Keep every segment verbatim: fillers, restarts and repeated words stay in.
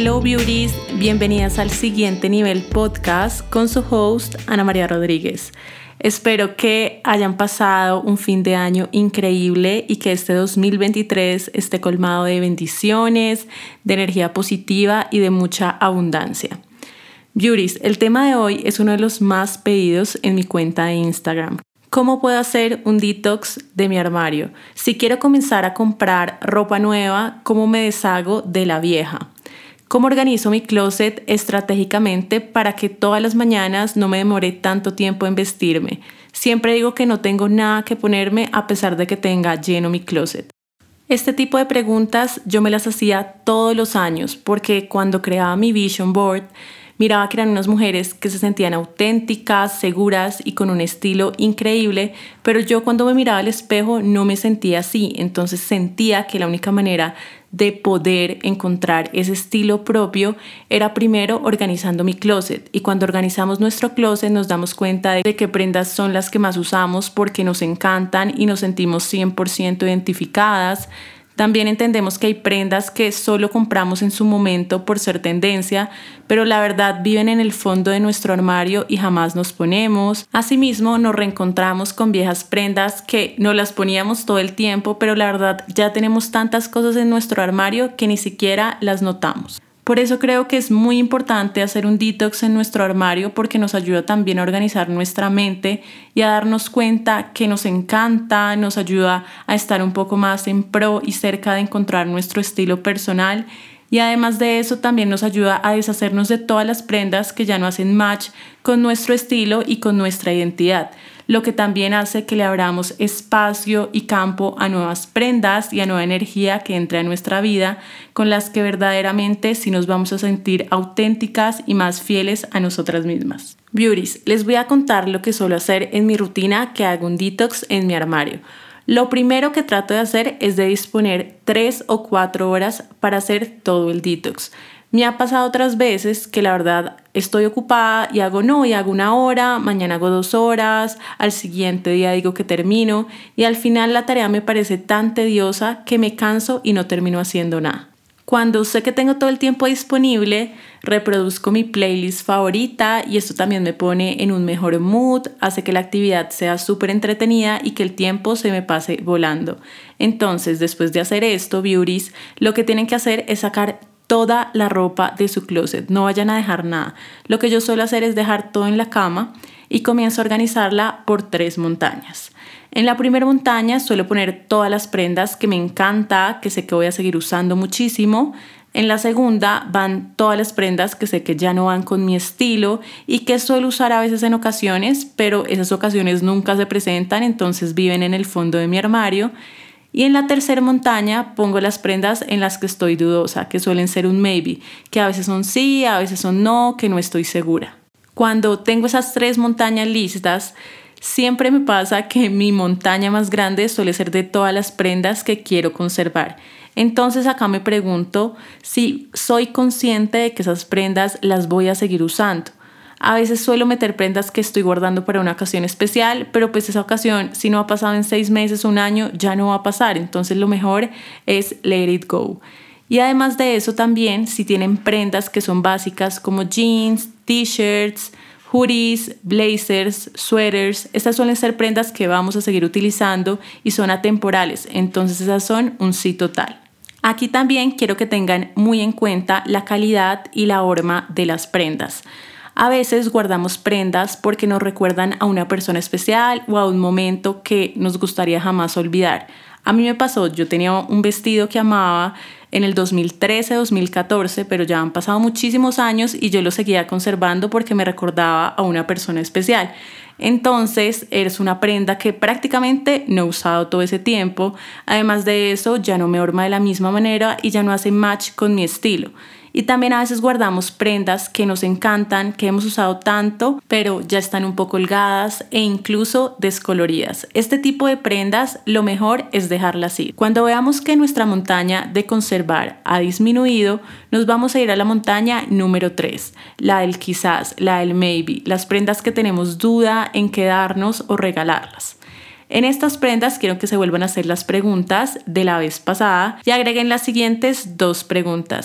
Hello Beauties, bienvenidas al Siguiente Nivel Podcast con su host Ana María Rodríguez. Espero que hayan pasado un fin de año increíble y que este dos mil veintitrés esté colmado de bendiciones, de energía positiva y de mucha abundancia. Beauties, el tema de hoy es uno de los más pedidos en mi cuenta de Instagram. ¿Cómo puedo hacer un detox de mi armario? Si quiero comenzar a comprar ropa nueva, ¿cómo me deshago de la vieja? ¿Cómo organizo mi closet estratégicamente para que todas las mañanas no me demore tanto tiempo en vestirme? Siempre digo que no tengo nada que ponerme a pesar de que tenga lleno mi closet. Este tipo de preguntas yo me las hacía todos los años porque cuando creaba mi vision board miraba que eran unas mujeres que se sentían auténticas, seguras y con un estilo increíble, pero yo cuando me miraba al espejo no me sentía así, entonces sentía que la única manera de poder encontrar ese estilo propio era primero organizando mi closet. Y cuando organizamos nuestro closet nos damos cuenta de qué prendas son las que más usamos porque nos encantan y nos sentimos cien por ciento identificadas. También entendemos que hay prendas que solo compramos en su momento por ser tendencia, pero la verdad viven en el fondo de nuestro armario y jamás nos ponemos. Asimismo, nos reencontramos con viejas prendas que no las poníamos todo el tiempo, pero la verdad ya tenemos tantas cosas en nuestro armario que ni siquiera las notamos. Por eso creo que es muy importante hacer un detox en nuestro armario porque nos ayuda también a organizar nuestra mente y a darnos cuenta que nos encanta, nos ayuda a estar un poco más en pro y cerca de encontrar nuestro estilo personal. Y además de eso también nos ayuda a deshacernos de todas las prendas que ya no hacen match con nuestro estilo y con nuestra identidad, lo que también hace que le abramos espacio y campo a nuevas prendas y a nueva energía que entra en nuestra vida, con las que verdaderamente sí nos vamos a sentir auténticas y más fieles a nosotras mismas. Beauties, les voy a contar lo que suelo hacer en mi rutina que hago un detox en mi armario. Lo primero que trato de hacer es de disponer tres o cuatro horas para hacer todo el detox. Me ha pasado otras veces que la verdad estoy ocupada y hago no, y hago una hora, mañana hago dos horas, al siguiente día digo que termino y al final la tarea me parece tan tediosa que me canso y no termino haciendo nada. Cuando sé que tengo todo el tiempo disponible, reproduzco mi playlist favorita y esto también me pone en un mejor mood, hace que la actividad sea súper entretenida y que el tiempo se me pase volando. Entonces, después de hacer esto, Beauties, lo que tienen que hacer es sacar toda la ropa de su closet, no vayan a dejar nada. Lo que yo suelo hacer es dejar todo en la cama y comienzo a organizarla por tres montañas. En la primera montaña suelo poner todas las prendas que me encanta, que sé que voy a seguir usando muchísimo. En la segunda van todas las prendas que sé que ya no van con mi estilo y que suelo usar a veces en ocasiones, pero esas ocasiones nunca se presentan, entonces viven en el fondo de mi armario. Y en la tercera montaña pongo las prendas en las que estoy dudosa, que suelen ser un maybe, que a veces son sí, a veces son no, que no estoy segura. Cuando tengo esas tres montañas listas, siempre me pasa que mi montaña más grande suele ser de todas las prendas que quiero conservar. Entonces acá me pregunto si soy consciente de que esas prendas las voy a seguir usando. A veces suelo meter prendas que estoy guardando para una ocasión especial, pero pues esa ocasión, si no ha pasado en seis meses o un año, ya no va a pasar. Entonces lo mejor es let it go. Y además de eso también, si tienen prendas que son básicas como jeans, t-shirts, hoodies, blazers, sweaters, estas suelen ser prendas que vamos a seguir utilizando y son atemporales. Entonces esas son un sí total. Aquí también quiero que tengan muy en cuenta la calidad y la horma de las prendas. A veces guardamos prendas porque nos recuerdan a una persona especial o a un momento que nos gustaría jamás olvidar. A mí me pasó, yo tenía un vestido que amaba en el dos mil trece, dos mil catorce, pero ya han pasado muchísimos años y yo lo seguía conservando porque me recordaba a una persona especial. Entonces es una prenda que prácticamente no he usado todo ese tiempo. Además de eso, ya no me horma de la misma manera y ya no hace match con mi estilo. Y también a veces guardamos prendas que nos encantan, que hemos usado tanto, pero ya están un poco holgadas e incluso descoloridas. Este tipo de prendas, lo mejor es dejarlas ir. Cuando veamos que nuestra montaña de conservar ha disminuido, nos vamos a ir a la montaña número tres, la del quizás, la del maybe, las prendas que tenemos duda en quedarnos o regalarlas. En estas prendas quiero que se vuelvan a hacer las preguntas de la vez pasada y agreguen las siguientes dos preguntas.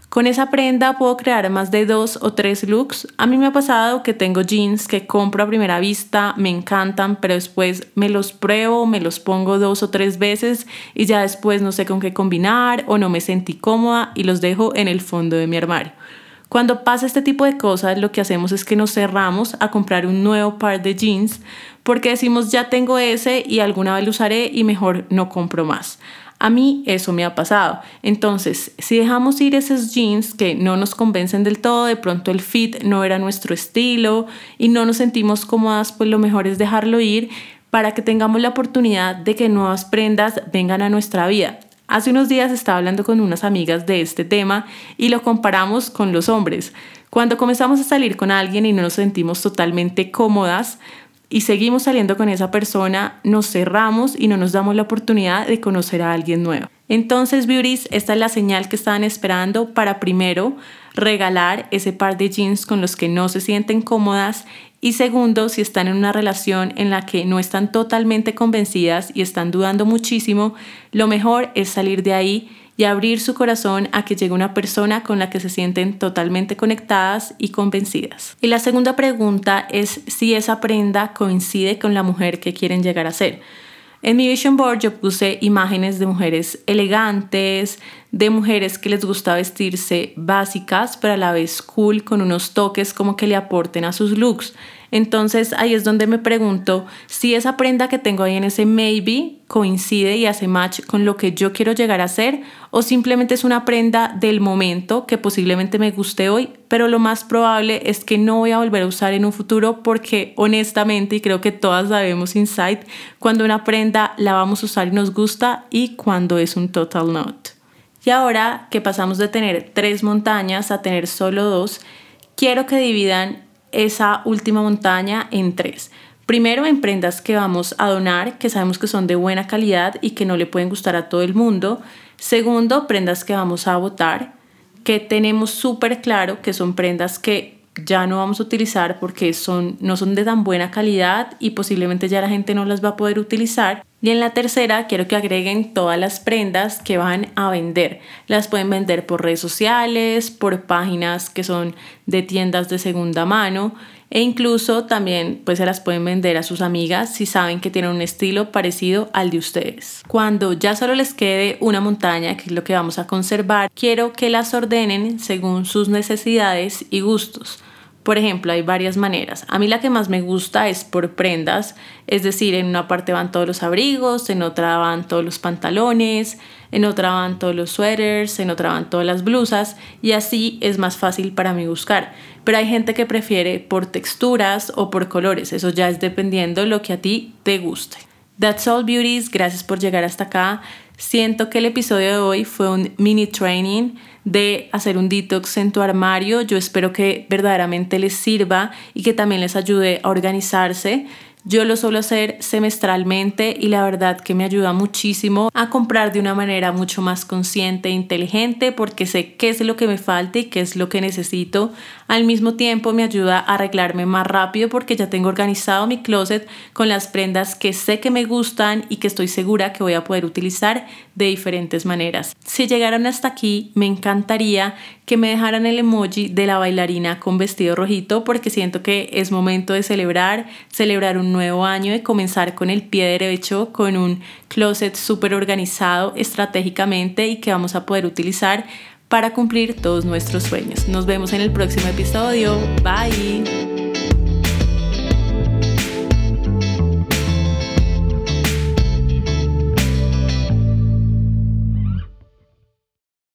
Con esa prenda puedo crear más de dos o tres looks. A mí me ha pasado que tengo jeans que compro a primera vista, me encantan, pero después me los pruebo, me los pongo dos o tres veces y ya después no sé con qué combinar o no me sentí cómoda y los dejo en el fondo de mi armario. Cuando pasa este tipo de cosas, lo que hacemos es que nos cerramos a comprar un nuevo par de jeans porque decimos ya tengo ese y alguna vez lo usaré y mejor no compro más. A mí eso me ha pasado. Entonces, si dejamos ir esos jeans que no nos convencen del todo, de pronto el fit no era nuestro estilo y no nos sentimos cómodas, pues lo mejor es dejarlo ir para que tengamos la oportunidad de que nuevas prendas vengan a nuestra vida. Hace unos días estaba hablando con unas amigas de este tema y lo comparamos con los hombres. Cuando comenzamos a salir con alguien y no nos sentimos totalmente cómodas, y seguimos saliendo con esa persona, nos cerramos y no nos damos la oportunidad de conocer a alguien nuevo. Entonces, beauties, esta es la señal que estaban esperando para primero regalar ese par de jeans con los que no se sienten cómodas y segundo, si están en una relación en la que no están totalmente convencidas y están dudando muchísimo, lo mejor es salir de ahí y abrir su corazón a que llegue una persona con la que se sienten totalmente conectadas y convencidas. Y la segunda pregunta es si esa prenda coincide con la mujer que quieren llegar a ser. En mi vision board yo puse imágenes de mujeres elegantes, de mujeres que les gusta vestirse básicas, pero a la vez cool, con unos toques como que le aporten a sus looks. Entonces ahí es donde me pregunto si esa prenda que tengo ahí en ese maybe coincide y hace match con lo que yo quiero llegar a ser o simplemente es una prenda del momento que posiblemente me guste hoy, pero lo más probable es que no voy a volver a usar en un futuro porque honestamente, y creo que todas sabemos inside, cuando una prenda la vamos a usar y nos gusta y cuando es un total not. Y ahora que pasamos de tener tres montañas a tener solo dos, quiero que dividan esa última montaña en tres. Primero, en prendas que vamos a donar, que sabemos que son de buena calidad y que no le pueden gustar a todo el mundo. Segundo, prendas que vamos a botar, que tenemos súper claro que son prendas que ya no vamos a utilizar porque son, no son de tan buena calidad y posiblemente ya la gente no las va a poder utilizar. Y en la tercera quiero que agreguen todas las prendas que van a vender. Las pueden vender por redes sociales, por páginas que son de tiendas de segunda mano e incluso también pues se las pueden vender a sus amigas si saben que tienen un estilo parecido al de ustedes. Cuando ya solo les quede una montaña, que es lo que vamos a conservar, quiero que las ordenen según sus necesidades y gustos. Por ejemplo, hay varias maneras. A mí la que más me gusta es por prendas, es decir, en una parte van todos los abrigos, en otra van todos los pantalones, en otra van todos los suéteres, en otra van todas las blusas y así es más fácil para mí buscar. Pero hay gente que prefiere por texturas o por colores, eso ya es dependiendo de lo que a ti te guste. That's all, beauties. Gracias por llegar hasta acá. Siento que el episodio de hoy fue un mini training de hacer un detox en tu armario. Yo espero que verdaderamente les sirva y que también les ayude a organizarse. Yo lo suelo hacer semestralmente y la verdad que me ayuda muchísimo a comprar de una manera mucho más consciente e inteligente porque sé qué es lo que me falta y qué es lo que necesito. Al mismo tiempo me ayuda a arreglarme más rápido porque ya tengo organizado mi closet con las prendas que sé que me gustan y que estoy segura que voy a poder utilizar de diferentes maneras. Si llegaron hasta aquí, me encantaría que me dejaran el emoji de la bailarina con vestido rojito porque siento que es momento de celebrar, celebrar un nuevo año, de comenzar con el pie derecho, con un closet súper organizado estratégicamente y que vamos a poder utilizar para cumplir todos nuestros sueños. Nos vemos en el próximo episodio. Bye.